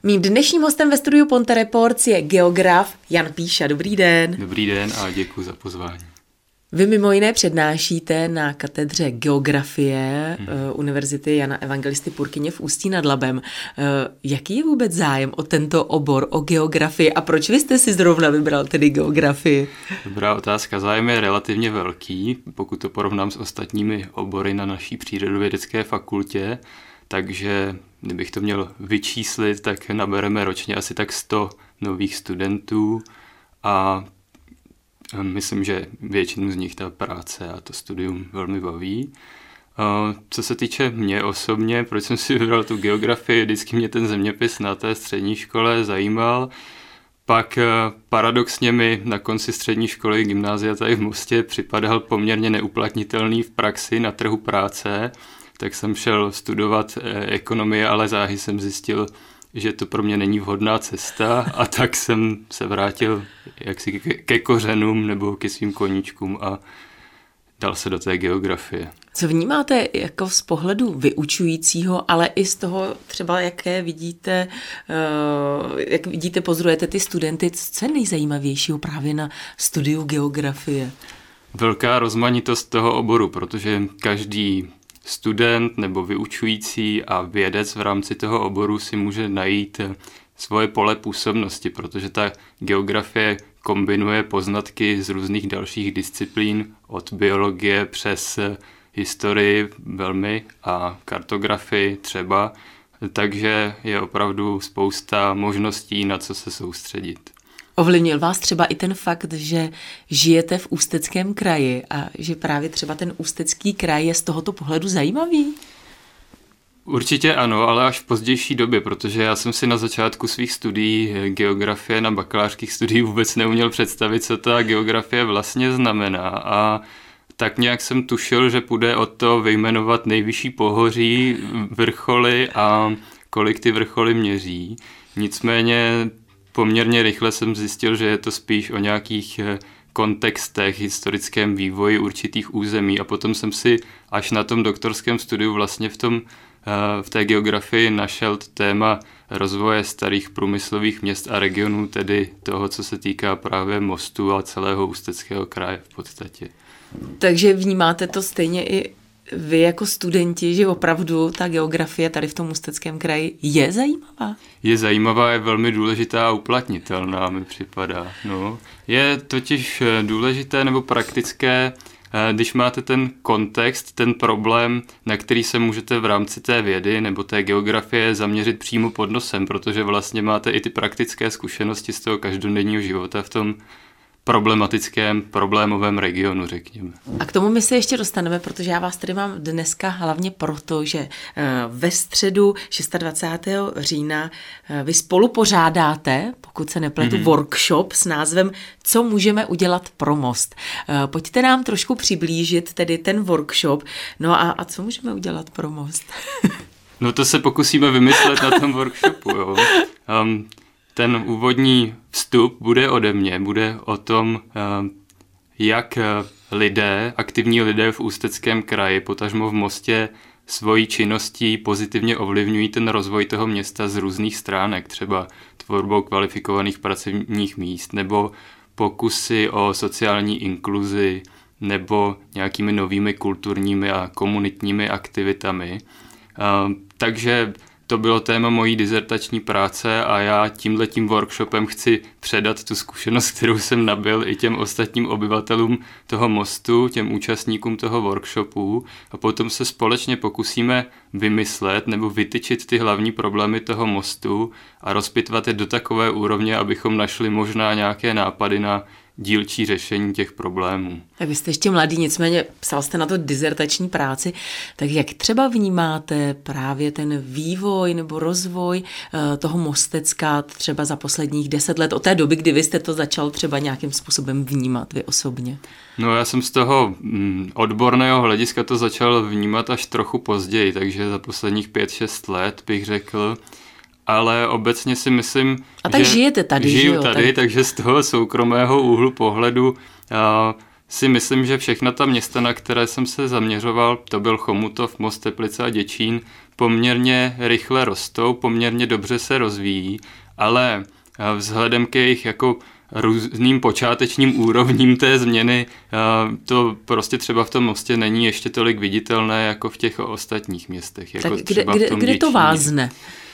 Mým dnešním hostem ve studiu Ponte Reports je geograf Jan Píša. Dobrý den. Dobrý den a děkuji za pozvání. Vy mimo jiné přednášíte na katedře geografie Univerzity Jana Evangelisty Purkyně v Ústí nad Labem. Jaký je vůbec zájem o tento obor, o geografii a proč vy jste si zrovna vybral tedy geografii? Dobrá otázka. Zájem je relativně velký, pokud to porovnám s ostatními obory na naší přírodovědecké fakultě, takže kdybych to měl vyčíslit, tak nabereme ročně asi tak 100 nových studentů a myslím, že většinu z nich ta práce a to studium velmi baví. Co se týče mě osobně, proč jsem si vybral tu geografii, vždycky mě ten zeměpis na té střední škole zajímal. Pak paradoxně mi na konci střední školy gymnázia tady v Mostě připadal poměrně neuplatnitelný v praxi na trhu práce, tak jsem šel studovat ekonomii, ale záhy jsem zjistil, že to pro mě není vhodná cesta a tak jsem se vrátil jaksi ke kořenům nebo ke svým koníčkům a dal se do té geografie. Co vnímáte jako z pohledu vyučujícího, ale i z toho třeba, jak vidíte, pozorujete ty studenty, co je nejzajímavějšího právě na studiu geografie? Velká rozmanitost toho oboru, protože každý student nebo vyučující a vědec v rámci toho oboru si může najít svoje pole působnosti, protože ta geografie kombinuje poznatky z různých dalších disciplín, od biologie přes historii velmi a kartografii třeba, takže je opravdu spousta možností, na co se soustředit. Ovlivnil vás třeba i ten fakt, že žijete v Ústeckém kraji a že právě třeba ten Ústecký kraj je z tohoto pohledu zajímavý? Určitě ano, ale až v pozdější době, protože já jsem si na začátku svých studií geografie na bakalářských studiích vůbec neuměl představit, co ta geografie vlastně znamená a tak nějak jsem tušil, že půjde o to vyjmenovat nejvyšší pohoří, vrcholy a kolik ty vrcholy měří. Nicméně poměrně rychle jsem zjistil, že je to spíš o nějakých kontextech, historickém vývoji určitých území a potom jsem si až na tom doktorském studiu vlastně v té geografii našel to téma rozvoje starých průmyslových měst a regionů, tedy toho, co se týká právě Mostu a celého Ústeckého kraje v podstatě. Takže vnímáte to stejně i vy jako studenti, že opravdu ta geografie tady v tom Ústeckém kraji je zajímavá? Je zajímavá, je velmi důležitá a uplatnitelná, mi připadá. No. Je totiž důležité nebo praktické, když máte ten kontext, ten problém, na který se můžete v rámci té vědy nebo té geografie zaměřit přímo pod nosem, protože vlastně máte i ty praktické zkušenosti z toho každodenního života v tom problematickém, problémovém regionu, řekněme. A k tomu my se ještě dostaneme, protože já vás tady mám dneska hlavně proto, že ve středu 26. října vy spolu pořádáte, pokud se nepletu, workshop s názvem Co můžeme udělat pro most. Pojďte nám trošku přiblížit tedy ten workshop. No a co můžeme udělat pro most? No to se pokusíme vymyslet na tom workshopu, jo. Ten úvodní vstup bude ode mě, bude o tom, jak aktivní lidé v Ústeckém kraji, potažmo v Mostě, svojí činností pozitivně ovlivňují ten rozvoj toho města z různých stránek, třeba tvorbou kvalifikovaných pracovních míst, nebo pokusy o sociální inkluzi, nebo nějakými novými kulturními a komunitními aktivitami. Takže to bylo téma mojí dizertační práce a já tímhletím workshopem chci předat tu zkušenost, kterou jsem nabyl i těm ostatním obyvatelům toho Mostu, těm účastníkům toho workshopu a potom se společně pokusíme vymyslet nebo vytyčit ty hlavní problémy toho Mostu a rozpitvat je do takové úrovně, abychom našli možná nějaké nápady na dílčí řešení těch problémů. Tak vy jste ještě mladý, nicméně psal jste na to dizertační práci, tak jak třeba vnímáte právě ten vývoj nebo rozvoj toho Mostecka třeba za posledních 10 let, od té doby, kdy vy jste to začal třeba nějakým způsobem vnímat vy osobně? No já jsem z toho odborného hlediska to začal vnímat až trochu později, takže za posledních 5-6 let bych řekl, ale obecně si myslím, a tak žijete tady, žiju tady, takže z toho soukromého úhlu pohledu si myslím, že všechna ta města, na které jsem se zaměřoval, to byl Chomutov, Most, Teplice a Děčín, poměrně rychle rostou, poměrně dobře se rozvíjí, ale vzhledem k jejich jako různým počátečním úrovním té změny to prostě třeba v tom Mostě není ještě tolik viditelné jako v těch ostatních městech. Jako tak kde to vázne?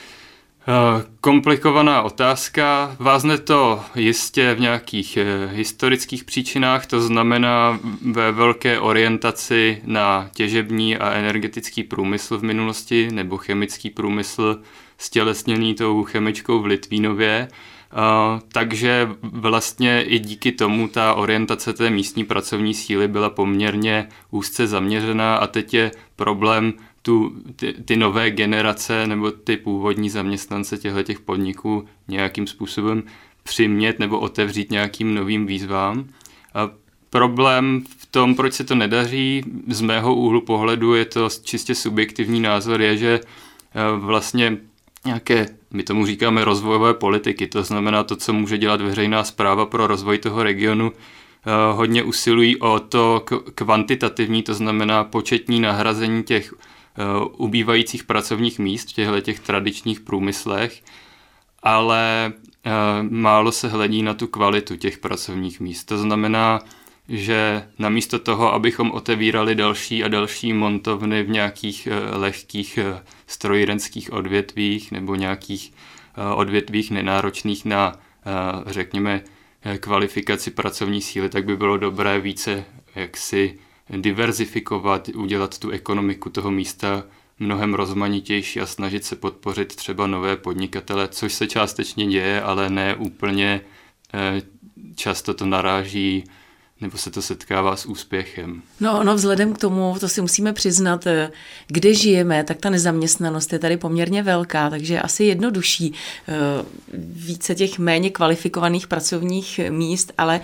Komplikovaná otázka. Vázne to jistě v nějakých historických příčinách, to znamená ve velké orientaci na těžební a energetický průmysl v minulosti nebo chemický průmysl stělesněný tou chemičkou v Litvínově. Takže vlastně i díky tomu ta orientace té místní pracovní síly byla poměrně úzce zaměřená a teď je problém ty nové generace nebo ty původní zaměstnance těchto podniků nějakým způsobem přimět nebo otevřít nějakým novým výzvám. Problém v tom, proč se to nedaří, z mého úhlu pohledu je to čistě subjektivní názor, je, že vlastně nějaké, my tomu říkáme rozvojové politiky, to znamená to, co může dělat veřejná správa pro rozvoj toho regionu, hodně usilují o to kvantitativní, to znamená početní nahrazení těch ubývajících pracovních míst v těch tradičních průmyslech, ale málo se hledí na tu kvalitu těch pracovních míst. To znamená, že namísto toho, abychom otevírali další a další montovny v nějakých lehkých strojírenských odvětvích nebo nějakých odvětvích nenáročných na, řekněme, kvalifikaci pracovní síly, tak by bylo dobré více jaksi diverzifikovat, udělat tu ekonomiku toho místa mnohem rozmanitější a snažit se podpořit třeba nové podnikatele, což se částečně děje, ale ne úplně často to naráží nebo se to setkává s úspěchem. No, vzhledem k tomu, to si musíme přiznat, kde žijeme, tak ta nezaměstnanost je tady poměrně velká, takže je asi jednodušší více těch méně kvalifikovaných pracovních míst, ale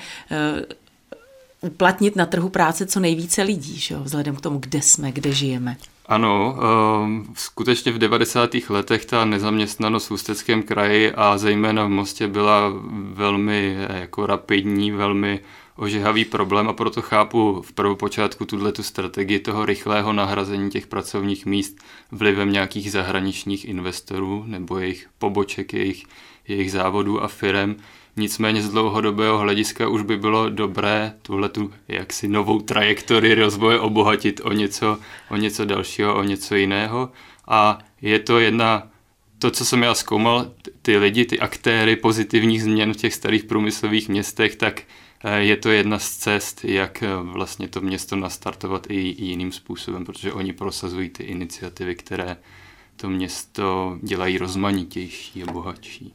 uplatnit na trhu práce co nejvíce lidí, že jo? Vzhledem k tomu, kde jsme, kde žijeme. Ano, skutečně v 90. letech ta nezaměstnanost v Ústeckém kraji a zejména v Mostě byla velmi jako rapidní, velmi ožehavý problém a proto chápu v prvopočátku tu strategii toho rychlého nahrazení těch pracovních míst vlivem nějakých zahraničních investorů nebo jejich poboček, jejich závodů a firem. Nicméně z dlouhodobého hlediska už by bylo dobré tuhletu jaksi novou trajektorii rozvoje obohatit o něco dalšího, o něco jiného. A je to to, co jsem já zkoumal, ty lidi, ty aktéry pozitivních změn v těch starých průmyslových městech, tak je to jedna z cest, jak vlastně to město nastartovat i jiným způsobem, protože oni prosazují ty iniciativy, které to město dělají rozmanitější a bohatší.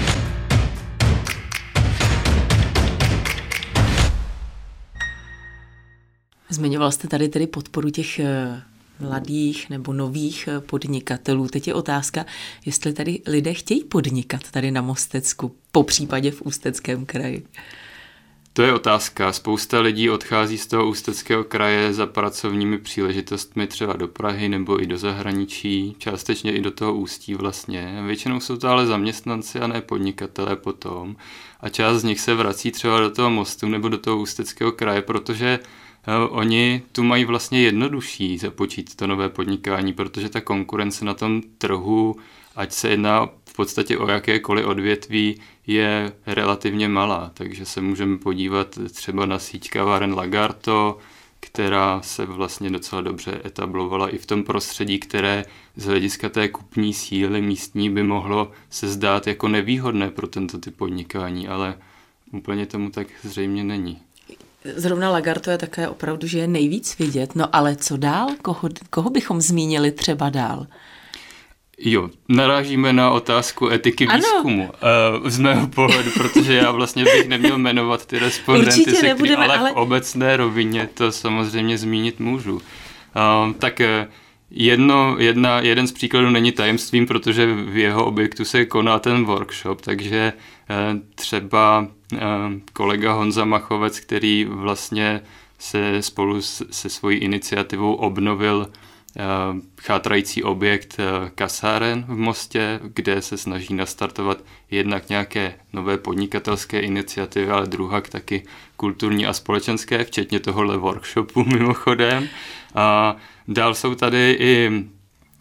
Zmiňoval jste tady tedy podporu těch mladých nebo nových podnikatelů. Teď je otázka, jestli tady lidé chtějí podnikat tady na Mostecku, popřípadě v Ústeckém kraji. To je otázka. Spousta lidí odchází z toho Ústeckého kraje za pracovními příležitostmi třeba do Prahy nebo i do zahraničí, částečně i do toho Ústí vlastně. Většinou jsou to ale zaměstnanci a ne podnikatelé potom. A část z nich se vrací třeba do toho Mostu nebo do toho Ústeckého kraje, protože oni tu mají vlastně jednodušší započít to nové podnikání, protože ta konkurence na tom trhu, ať se jedná v podstatě o jakékoliv odvětví, je relativně malá. Takže se můžeme podívat třeba na síť kaváren Lagarto, která se vlastně docela dobře etablovala i v tom prostředí, které z hlediska té kupní síly místní by mohlo se zdát jako nevýhodné pro tento typ podnikání, ale úplně tomu tak zřejmě není. Zrovna Lagarto je také opravdu, že je nejvíc vidět. No ale co dál? Koho bychom zmínili třeba dál? Jo, narážíme na otázku etiky výzkumu z mého pohledu, protože já vlastně bych neměl jmenovat ty respondenty, ale v obecné rovině to samozřejmě zmínit můžu. Tak jeden z příkladů není tajemstvím, protože v jeho objektu se koná ten workshop, takže třeba kolega Honza Machovec, který vlastně se spolu se svojí iniciativou obnovil chátrající objekt kasáren v Mostě, kde se snaží nastartovat jednak nějaké nové podnikatelské iniciativy, ale druhak taky kulturní a společenské, včetně tohohle workshopu mimochodem. A dál jsou tady i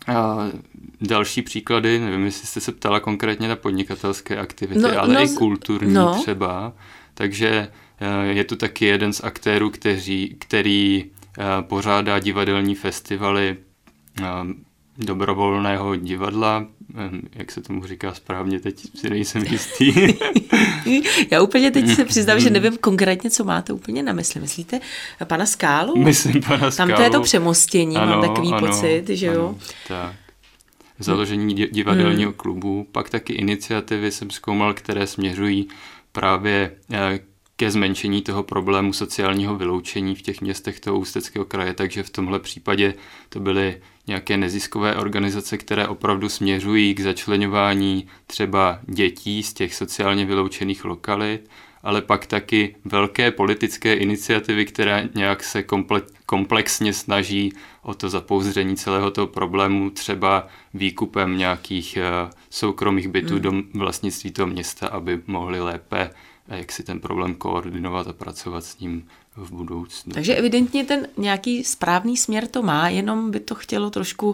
A další příklady, nevím, jestli jste se ptala konkrétně na podnikatelské aktivity, ale i kulturní třeba. Takže je tu taky jeden z aktérů, který pořádá divadelní festivaly dobrovolného divadla, jak se tomu říká správně, teď si nejsem jistý. Já úplně teď se přiznám, že nevím konkrétně, co máte úplně na mysli. Myslíte pana Skálu? Myslím pana Skálu. Tam to je to přemostění, mám takový pocit, že jo? Tak. Založení divadelního klubu, pak taky iniciativy jsem zkoumal, které směřují právě ke zmenšení toho problému sociálního vyloučení v těch městech toho Ústeckého kraje, takže v tomhle případě to byly nějaké neziskové organizace, které opravdu směřují k začleňování třeba dětí z těch sociálně vyloučených lokalit, ale pak taky velké politické iniciativy, které nějak se komplexně snaží o to zapouzření celého toho problému, třeba výkupem nějakých soukromých bytů do vlastnictví toho města, aby mohli lépe jak si ten problém koordinovat a pracovat s ním v budoucnu. Takže evidentně ten nějaký správný směr to má, jenom by to chtělo trošku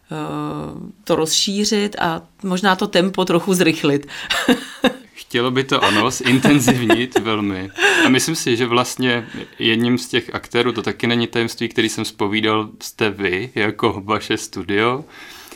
to rozšířit a možná to tempo trochu zrychlit. Chtělo by to, ano, zintenzivnit velmi. A myslím si, že vlastně jedním z těch aktérů, to taky není tajemství, který jsem zpovídal, jste vy, jako vaše studio.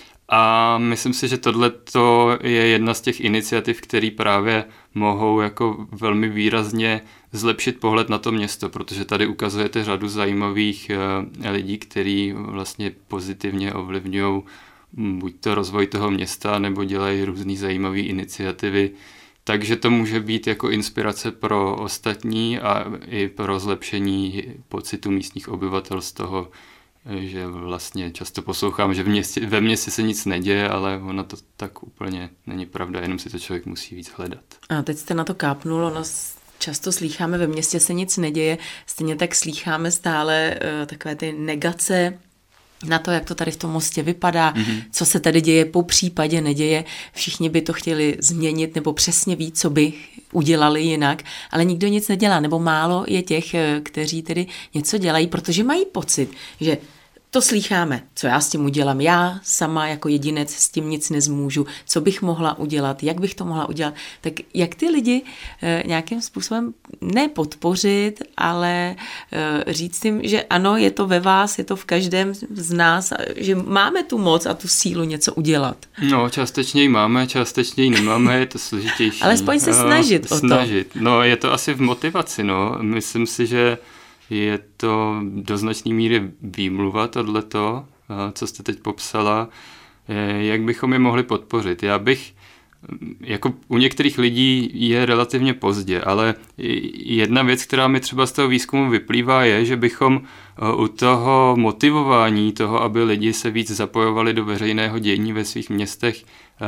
A myslím si, že tohleto je jedna z těch iniciativ, které právě mohou jako velmi výrazně zlepšit pohled na to město, protože tady ukazujete řadu zajímavých lidí, kteří vlastně pozitivně ovlivňují buď to rozvoj toho města, nebo dělají různý zajímavé iniciativy. Takže to může být jako inspirace pro ostatní a i pro zlepšení pocitu místních obyvatel z toho, že vlastně často poslouchám, že ve městě se nic neděje, ale ono to tak úplně není pravda, jenom si to člověk musí víc hledat. A teď jste na to kápnul, ono často slýcháme, ve městě se nic neděje, stejně tak slýcháme stále takové ty negace na to, jak to tady v tom Mostě vypadá, co se tady děje, po případě neděje. Všichni by to chtěli změnit nebo přesně ví, co by udělali jinak, ale nikdo nic nedělá, nebo málo je těch, kteří tedy něco dělají, protože mají pocit, že to slýcháme, co já s tím udělám, já sama jako jedinec s tím nic nezmůžu, co bych mohla udělat, jak bych to mohla udělat, tak jak ty lidi nějakým způsobem ne podpořit, ale říct jim, že ano, je to ve vás, je to v každém z nás, že máme tu moc a tu sílu něco udělat. No, částečně ji máme, částečně ji nemáme, je to složitější. Ale aspoň se snažit o to. No, je to asi v motivaci, no. Myslím si, že je to do značné míry výmluva tohleto, co jste teď popsala, jak bychom je mohli podpořit. Já bych, jako u některých lidí je relativně pozdě, ale jedna věc, která mi třeba z toho výzkumu vyplývá, je, že bychom u toho motivování toho, aby lidi se víc zapojovali do veřejného dění ve svých městech,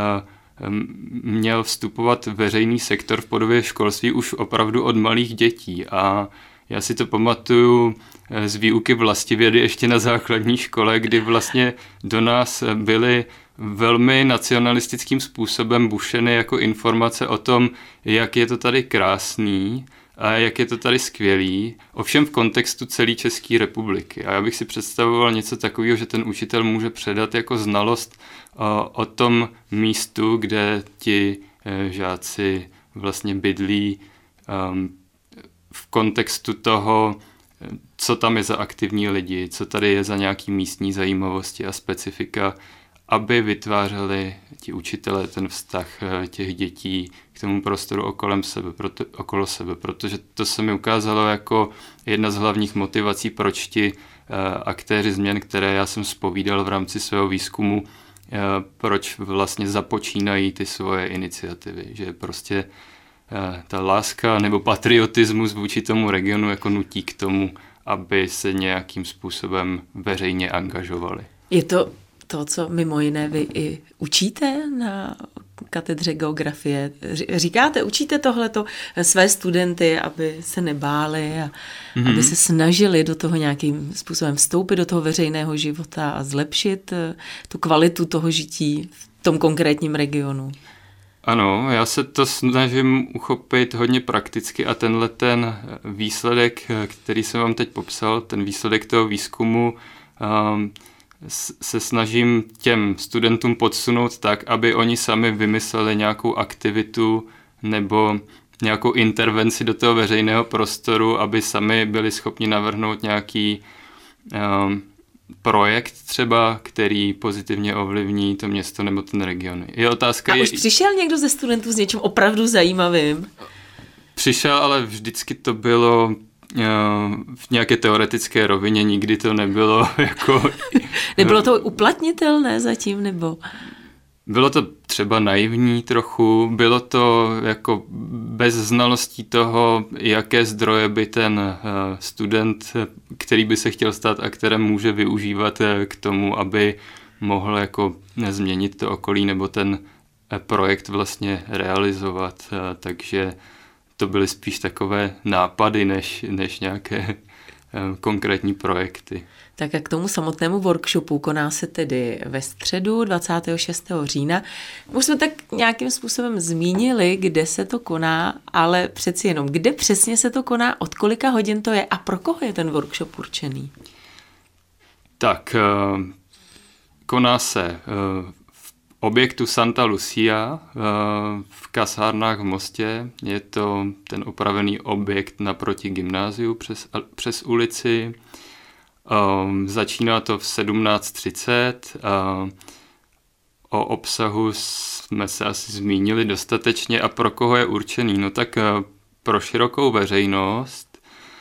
měl vstupovat veřejný sektor v podobě školství už opravdu od malých dětí. A já si to pamatuju z výuky vlastivědy ještě na základní škole, kdy vlastně do nás byly velmi nacionalistickým způsobem bušeny jako informace o tom, jak je to tady krásný a jak je to tady skvělý, ovšem v kontextu celé České republiky. A já bych si představoval něco takového, že ten učitel může předat jako znalost o tom místu, kde ti žáci vlastně bydlí, v kontextu toho, co tam je za aktivní lidi, co tady je za nějaký místní zajímavosti a specifika, aby vytvářeli ti učitelé ten vztah těch dětí k tomu prostoru okolo sebe, protože to se mi ukázalo jako jedna z hlavních motivací, proč ti aktéři změn, které já jsem zpovídal v rámci svého výzkumu, proč vlastně započínají ty svoje iniciativy, že prostě ta láska nebo patriotismus vůči tomu regionu jako nutí k tomu, aby se nějakým způsobem veřejně angažovali. Je to, co mimo jiné vy i učíte na katedře geografie? Učíte tohleto své studenty, aby se nebáli a aby se snažili do toho nějakým způsobem vstoupit do toho veřejného života a zlepšit tu kvalitu toho žití v tom konkrétním regionu? Ano, já se to snažím uchopit hodně prakticky a tenhle ten výsledek, který jsem vám teď popsal, ten výsledek toho výzkumu, se snažím těm studentům podsunout tak, aby oni sami vymysleli nějakou aktivitu nebo nějakou intervenci do toho veřejného prostoru, aby sami byli schopni navrhnout nějaký projekt třeba, který pozitivně ovlivní to město nebo ten region. Je otázka... A už přišel někdo ze studentů s něčím opravdu zajímavým? Přišel, ale vždycky to bylo v nějaké teoretické rovině, nikdy to nebylo jako... Nebylo to uplatnitelné zatím, nebo... Bylo to třeba naivní trochu, bylo to jako bez znalostí toho, jaké zdroje by ten student, který by se chtěl stát aktorem, může využívat k tomu, aby mohl jako změnit to okolí nebo ten projekt vlastně realizovat. Takže to byly spíš takové nápady, než nějaké konkrétní projekty. Tak a k tomu samotnému workshopu koná se tedy ve středu 26. října. Už jsme tak nějakým způsobem zmínili, kde se to koná, ale přeci jenom, kde přesně se to koná, od kolika hodin to je a pro koho je ten workshop určený? Tak, koná se v objektu Santa Lucia v kasárnách v Mostě. Je to ten opravený objekt naproti gymnáziu přes ulici. Začíná to v 17:30. O obsahu jsme se asi zmínili dostatečně a pro koho je určený? No tak pro širokou veřejnost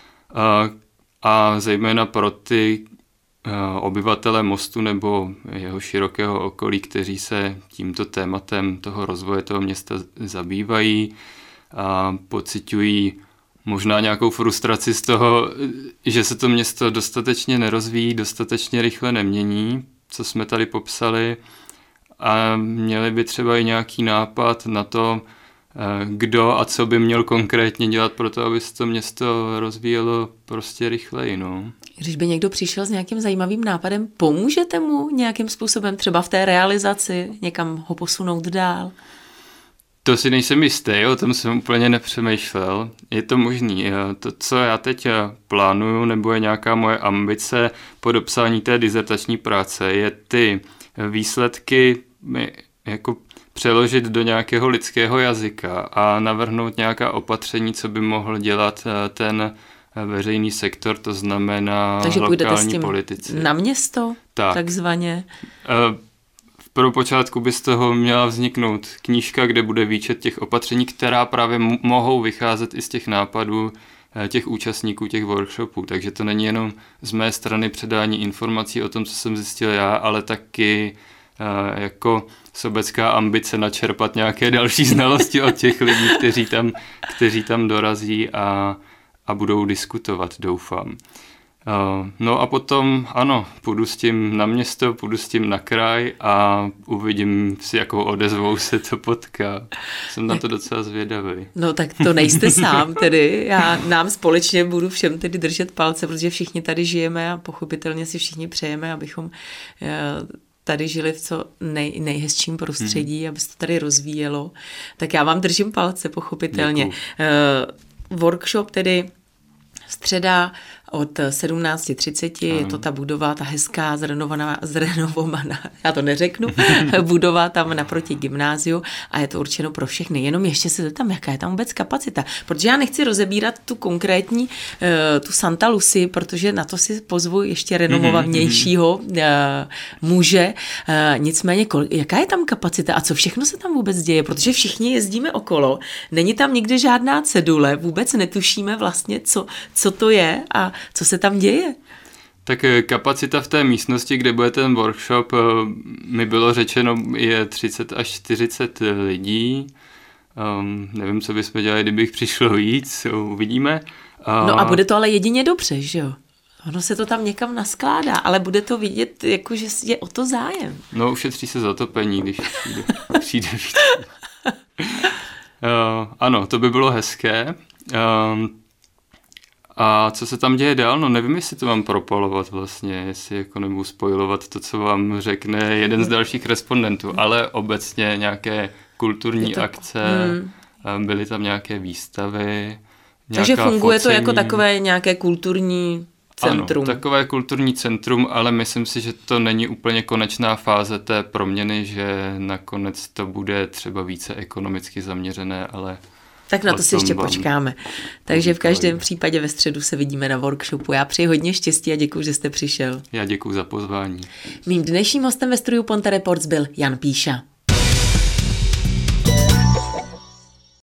a zejména pro ty obyvatele Mostu nebo jeho širokého okolí, kteří se tímto tématem toho rozvoje toho města zabývají a pociťují možná nějakou frustraci z toho, že se to město dostatečně nerozvíjí, dostatečně rychle nemění, co jsme tady popsali, a měli by třeba i nějaký nápad na to, kdo a co by měl konkrétně dělat pro to, aby se to město rozvíjelo prostě rychleji. No. Když by někdo přišel s nějakým zajímavým nápadem, pomůžete mu nějakým způsobem třeba v té realizaci, někam ho posunout dál? To si nejsem jistý, o tom jsem úplně nepřemýšlel. Je to možný. To, co já teď plánuju, nebo je nějaká moje ambice po dopsání té dizertační práce, je ty výsledky jako přeložit do nějakého lidského jazyka a navrhnout nějaká opatření, co by mohl dělat ten veřejný sektor, to znamená takže lokální politici. Na město, takzvaně? V prvopočátku by z toho měla vzniknout knížka, kde bude výčet těch opatření, která právě mohou vycházet i z těch nápadů těch účastníků těch workshopů. Takže to není jenom z mé strany předání informací o tom, co jsem zjistil já, ale taky jako sobecká ambice načerpat nějaké další znalosti od těch lidí, kteří tam dorazí a budou diskutovat, doufám. No a potom, ano, půjdu s tím na město, půjdu s tím na kraj a uvidím, s jakou odezvou se to potká. Jsem na to docela zvědavý. No tak to nejste sám tedy, nám společně budu všem tedy držet palce, protože všichni tady žijeme a pochopitelně si všichni přejeme, abychom tady žili v co nejhezčím prostředí, aby se to tady rozvíjelo. Tak já vám držím palce, pochopitelně. Workshop tedy středa od 17:30, je to ta budova, ta hezká, zrenovovaná, já to neřeknu, budova tam naproti gymnáziu a je to určeno pro všechny. Jenom ještě se zeptám, jaká je tam vůbec kapacita, protože já nechci rozebírat tu konkrétní, tu Santa Luci, protože na to si pozvu ještě renomovanějšího muže. Nicméně, jaká je tam kapacita a co všechno se tam vůbec děje, protože všichni jezdíme okolo, není tam nikde žádná cedule, vůbec netušíme vlastně, co to je a co se tam děje? Tak kapacita v té místnosti, kde bude ten workshop, mi bylo řečeno, je 30 až 40 lidí. Nevím, co bychom dělali, kdybych přišlo víc, uvidíme. No a bude to ale jedině dobře, že jo? Ono se to tam někam naskládá, ale bude to vidět, jako že je o to zájem. No, ušetří se zatopení, když přijde víc. Ano, to by bylo hezké. A co se tam děje dál? No nevím, jestli to mám propalovat vlastně, jestli jako nebudu spojovat to, co vám řekne jeden z dalších respondentů, ale obecně nějaké kulturní akce, byly tam nějaké výstavy, takže funguje focení. To jako takové nějaké kulturní centrum. Ano, takové kulturní centrum, ale myslím si, že to není úplně konečná fáze té proměny, že nakonec to bude třeba více ekonomicky zaměřené, ale... Tak na to si ještě počkáme. Takže v každém případě ve středu se vidíme na workshopu. Já přeji hodně štěstí a děkuji, že jste přišel. Já děkuji za pozvání. Mým dnešním hostem ve studiu Ponte Reports byl Jan Píša.